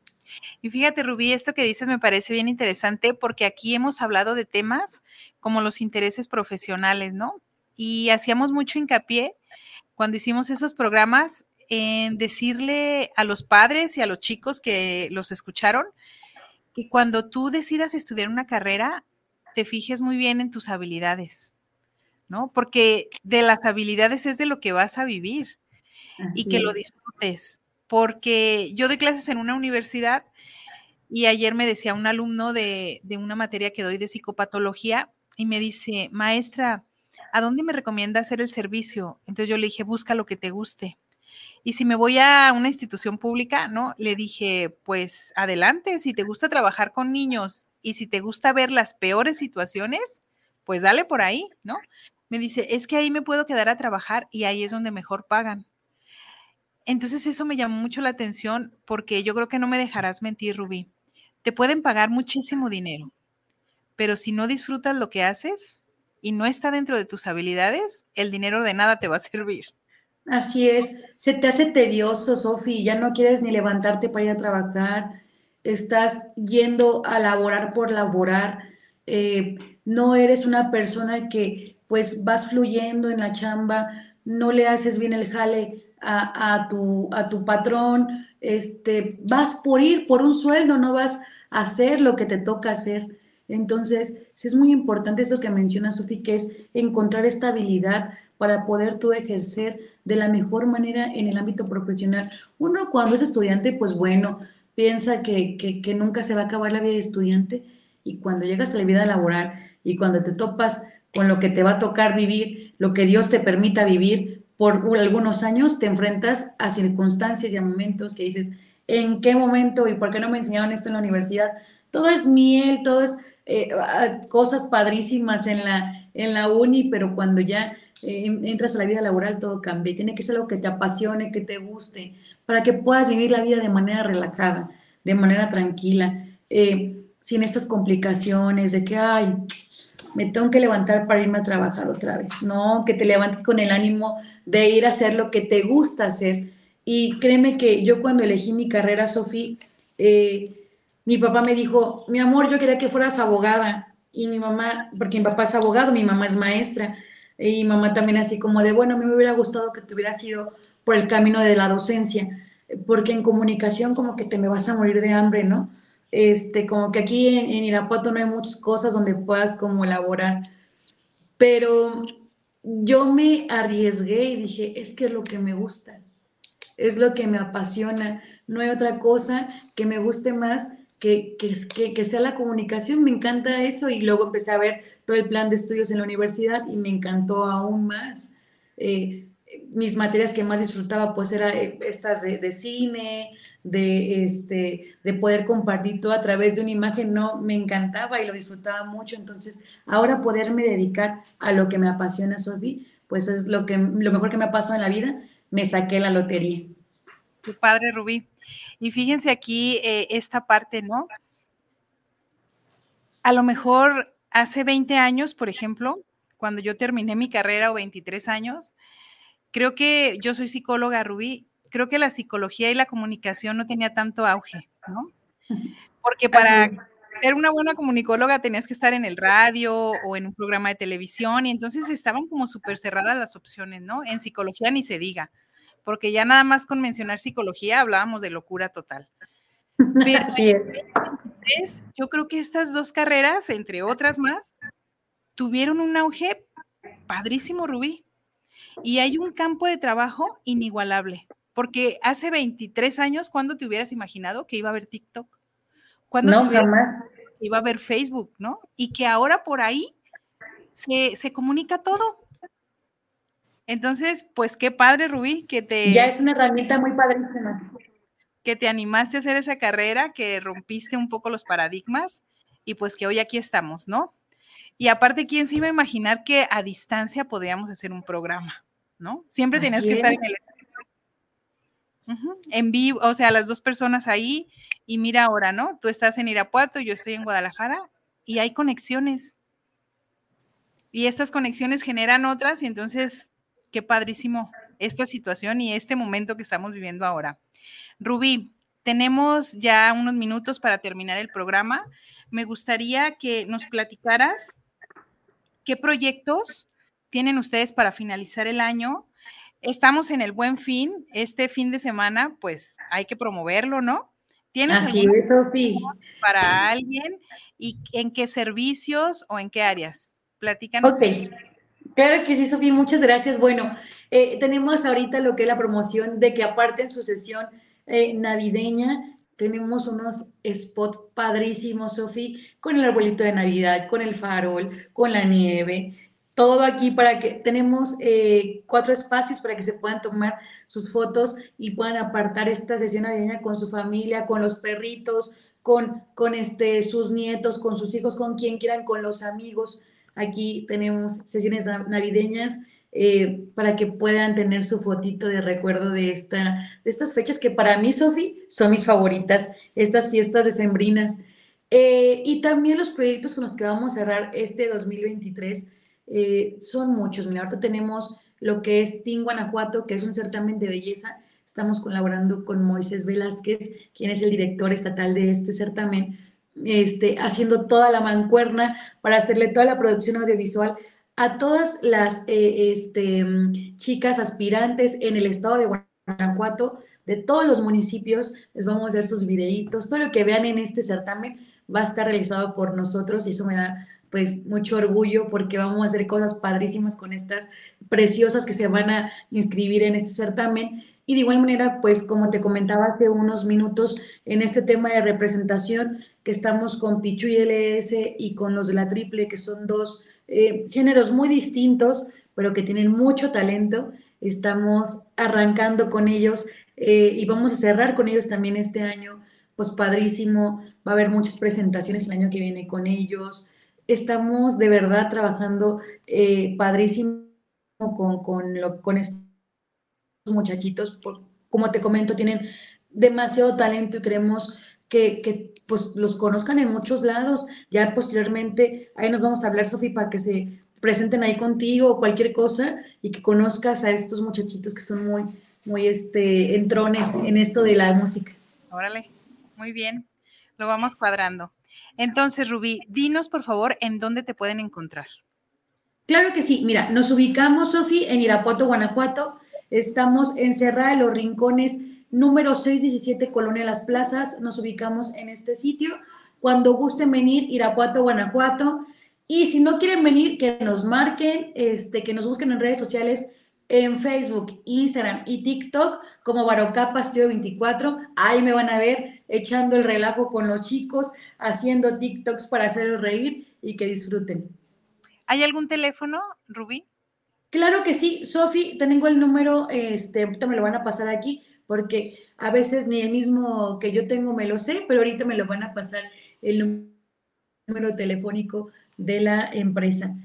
Y fíjate, Rubí, esto que dices me parece bien interesante porque aquí hemos hablado de temas como los intereses profesionales, ¿no? Y hacíamos mucho hincapié cuando hicimos esos programas en decirle a los padres y a los chicos que los escucharon que cuando tú decidas estudiar una carrera, te fijes muy bien en tus habilidades, ¿no? Porque de las habilidades es de lo que vas a vivir. Así y que es. Lo disfrutes. Porque yo doy clases en una universidad y ayer me decía un alumno de, de una materia que doy de psicopatología y me dice, maestra, ¿a dónde me recomienda hacer el servicio? Entonces yo le dije, busca lo que te guste. Y si me voy a una institución pública, ¿no? Le dije, pues adelante, si te gusta trabajar con niños y si te gusta ver las peores situaciones, pues dale por ahí, ¿no? Me dice, es que ahí me puedo quedar a trabajar y ahí es donde mejor pagan. Entonces eso me llamó mucho la atención porque yo creo que no me dejarás mentir, Rubí. Te pueden pagar muchísimo dinero, pero si no disfrutas lo que haces y no está dentro de tus habilidades, el dinero de nada te va a servir. Así es, se te hace tedioso, Sofi, ya no quieres ni levantarte para ir a trabajar, estás yendo a laborar por laborar, eh, no eres una persona que pues vas fluyendo en la chamba, no le haces bien el jale a, a, tu, a tu patrón, este, vas por ir por un sueldo, no vas a hacer lo que te toca hacer. Entonces, sí es muy importante eso que menciona Sofi, que es encontrar esta habilidad para poder tú ejercer de la mejor manera en el ámbito profesional. Uno cuando es estudiante, pues bueno, piensa que, que, que nunca se va a acabar la vida de estudiante, y cuando llegas a la vida laboral y cuando te topas con lo que te va a tocar vivir, lo que Dios te permita vivir por algunos años, te enfrentas a circunstancias y a momentos que dices, ¿en qué momento y por qué no me enseñaron esto en la universidad? Todo es miel, todo es eh, cosas padrísimas en la, en la uni, pero cuando ya eh, entras a la vida laboral todo cambia. Tiene que ser algo que te apasione, que te guste, para que puedas vivir la vida de manera relajada, de manera tranquila, eh, sin estas complicaciones de que, ay, me tengo que levantar para irme a trabajar otra vez. No, que te levantes con el ánimo de ir a hacer lo que te gusta hacer. Y créeme que yo cuando elegí mi carrera, Sofi, eh, mi papá me dijo, mi amor, yo quería que fueras abogada. Y mi mamá, porque mi papá es abogado, mi mamá es maestra. Y mi mamá también así como de, bueno, a mí me hubiera gustado que te hubieras ido por el camino de la docencia, porque en comunicación como que te me vas a morir de hambre, ¿no? Este, como que aquí en, en Irapuato no hay muchas cosas donde puedas como elaborar, pero yo me arriesgué y dije, es que es lo que me gusta, es lo que me apasiona, no hay otra cosa que me guste más que, que, que, que sea la comunicación, me encanta eso, y luego empecé a ver todo el plan de estudios en la universidad y me encantó aún más. Eh, mis materias que más disfrutaba pues eran estas de, de cine, de, este, de poder compartir todo a través de una imagen, no, me encantaba y lo disfrutaba mucho. Entonces ahora poderme dedicar a lo que me apasiona, Sofi, pues es lo, que, lo mejor que me ha pasado en la vida. Me saqué la lotería. Qué padre, Rubí. Y fíjense aquí eh, esta parte, ¿no? A lo mejor hace veinte años, por ejemplo, cuando yo terminé mi carrera, o veintitrés años, creo que yo soy psicóloga, Rubí, creo que la psicología y la comunicación no tenía tanto auge, ¿no? Porque para ser una buena comunicóloga tenías que estar en el radio o en un programa de televisión, y entonces estaban como súper cerradas las opciones, ¿no? En psicología ni se diga, porque ya nada más con mencionar psicología hablábamos de locura total. Pero Así es. en dos mil veintitrés, yo creo que estas dos carreras, entre otras más, tuvieron un auge padrísimo, Rubí. Y hay un campo de trabajo inigualable, porque hace veintitrés años, ¿cuándo te hubieras imaginado que iba a haber TikTok? ¿Cuándo No, te hubieras jamás. que iba a haber Facebook, ¿no? Y que ahora por ahí se, se comunica todo. Entonces, pues qué padre, Rubí, que te... Ya es una herramienta muy padrísima. Que te animaste a hacer esa carrera, que rompiste un poco los paradigmas, y pues que hoy aquí estamos, ¿no? Y aparte, ¿quién se iba a imaginar que a distancia podíamos hacer un programa, ¿no? Siempre tenías Así que es. estar en el... Uh-huh, en vivo, o sea, las dos personas ahí, y mira ahora, ¿no? Tú estás en Irapuato, yo estoy en Guadalajara, y hay conexiones. Y estas conexiones generan otras, y entonces, qué padrísimo esta situación y este momento que estamos viviendo ahora. Rubí, tenemos ya unos minutos para terminar el programa. Me gustaría que nos platicaras qué proyectos tienen ustedes para finalizar el año. Estamos en el Buen Fin, este fin de semana, pues hay que promoverlo, ¿no? ¿Tienes Así es, Sofi. para alguien? ¿Y en qué servicios o en qué áreas? Platícanos. Ok, claro que sí, Sofi, muchas gracias. Bueno, eh, tenemos ahorita lo que es la promoción de que aparte en su sesión eh, navideña, tenemos unos spots padrísimos, Sofi, con el arbolito de Navidad, con el farol, con la nieve, todo aquí para que tenemos eh, cuatro espacios para que se puedan tomar sus fotos y puedan apartar esta sesión navideña con su familia, con los perritos, con, con este, sus nietos, con sus hijos, con quien quieran, con los amigos. Aquí tenemos sesiones navideñas eh, para que puedan tener su fotito de recuerdo de, esta, de estas fechas que para mí, Sofi, son mis favoritas, estas fiestas decembrinas. Eh, y también los proyectos con los que vamos a cerrar este dos mil veintitrés eh, son muchos. Mira, ahorita tenemos lo que es Teen Guanajuato, que es un certamen de belleza. Estamos colaborando con Moisés Velázquez, quien es el director estatal de este certamen. Este, haciendo toda la mancuerna para hacerle toda la producción audiovisual a todas las eh, este, chicas aspirantes en el estado de Guanajuato, de todos los municipios. Les vamos a hacer sus videitos, todo lo que vean en este certamen va a estar realizado por nosotros y eso me da pues mucho orgullo porque vamos a hacer cosas padrísimas con estas preciosas que se van a inscribir en este certamen. Y de igual manera, pues como te comentaba hace unos minutos, en este tema de representación, que estamos con Pichu y L S y con los de la Triple, que son dos eh, géneros muy distintos, pero que tienen mucho talento, estamos arrancando con ellos eh, y vamos a cerrar con ellos también este año, pues padrísimo, va a haber muchas presentaciones el año que viene con ellos, estamos de verdad trabajando eh, padrísimo con, con, lo, con estos muchachitos, por, como te comento, tienen demasiado talento y queremos que, que pues los conozcan en muchos lados. Ya posteriormente, ahí nos vamos a hablar, Sofi, para que se presenten ahí contigo o cualquier cosa y que conozcas a estos muchachitos que son muy, muy este, entrones en esto de la música. Órale, muy bien, lo vamos cuadrando. Entonces, Rubí, dinos por favor en dónde te pueden encontrar. Claro que sí, mira, nos ubicamos, Sofi, en Irapuato, Guanajuato. Estamos en Cerrada de los Rincones, número seiscientos diecisiete, Colonia Las Plazas. Nos ubicamos en este sitio. Cuando gusten venir, Irapuato, Guanajuato. Y si no quieren venir, que nos marquen, este, que nos busquen en redes sociales, en Facebook, Instagram y TikTok, como Barocapa Estudio veinticuatro. Ahí me van a ver echando el relajo con los chicos, haciendo TikToks para hacerlos reír y que disfruten. ¿Hay algún teléfono, Rubí? Claro que sí, Sofi, tengo el número, este, ahorita me lo van a pasar aquí, porque a veces ni el mismo que yo tengo me lo sé, pero ahorita me lo van a pasar el número telefónico de la empresa.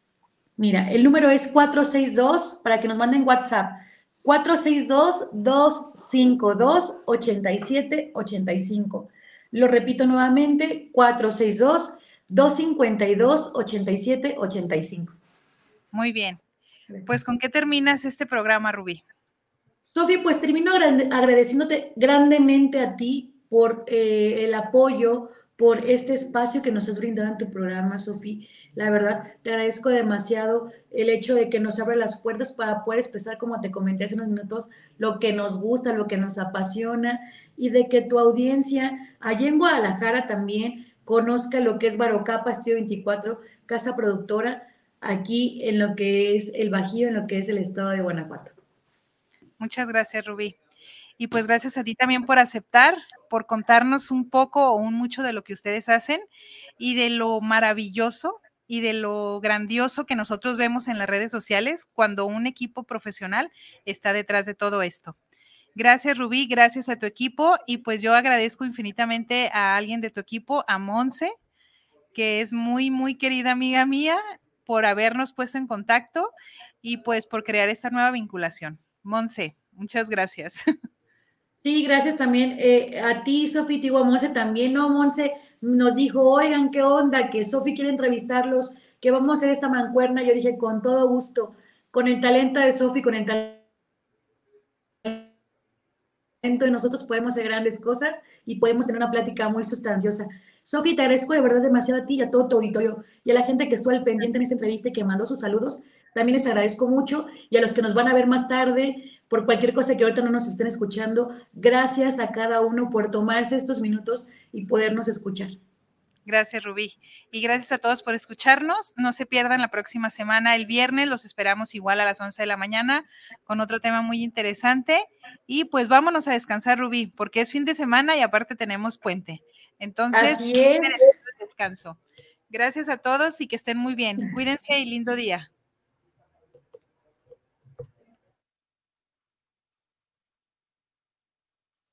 Mira, el número es cuatro seis dos, para que nos manden WhatsApp, cuatro seis dos, dos cinco dos, ocho siete ocho cinco. Lo repito nuevamente, cuatro seis dos, dos cinco dos, ocho siete ocho cinco. Muy bien. Pues, ¿con qué terminas este programa, Rubí? Sofi, pues termino agradeciéndote grandemente a ti por eh, el apoyo, por este espacio que nos has brindado en tu programa, Sofi. La verdad, te agradezco demasiado el hecho de que nos abra las puertas para poder expresar, como te comenté hace unos minutos, lo que nos gusta, lo que nos apasiona, y de que tu audiencia, allá en Guadalajara también, conozca lo que es Barocapa Estudio veinticuatro, casa productora, aquí en lo que es el Bajío, en lo que es el estado de Guanajuato. Muchas gracias, Rubí. Y pues gracias a ti también por aceptar, por contarnos un poco o un mucho de lo que ustedes hacen y de lo maravilloso y de lo grandioso que nosotros vemos en las redes sociales cuando un equipo profesional está detrás de todo esto. Gracias, Rubí, gracias a tu equipo y pues yo agradezco infinitamente a alguien de tu equipo, a Monse, que es muy, muy querida amiga mía, por habernos puesto en contacto y pues por crear esta nueva vinculación. Monse, muchas gracias. Sí, gracias también eh, a ti, Sofi, digo a Monse también, ¿no? Monse nos dijo, oigan, ¿qué onda? Que Sofi quiere entrevistarlos, que vamos a hacer esta mancuerna. Yo dije, con todo gusto, con el talento de Sofi, con el talento de nosotros podemos hacer grandes cosas y podemos tener una plática muy sustanciosa. Sofi, te agradezco de verdad demasiado a ti y a todo tu auditorio y a la gente que estuvo al pendiente en esta entrevista y que mandó sus saludos. También les agradezco mucho y a los que nos van a ver más tarde, por cualquier cosa que ahorita no nos estén escuchando, gracias a cada uno por tomarse estos minutos y podernos escuchar. Gracias, Rubí. Y gracias a todos por escucharnos. No se pierdan la próxima semana, el viernes, los esperamos igual a las once de la mañana con otro tema muy interesante. Y pues vámonos a descansar, Rubí, porque es fin de semana y aparte tenemos puente. Entonces, así es. Descanso. Gracias a todos y que estén muy bien. Cuídense y lindo día.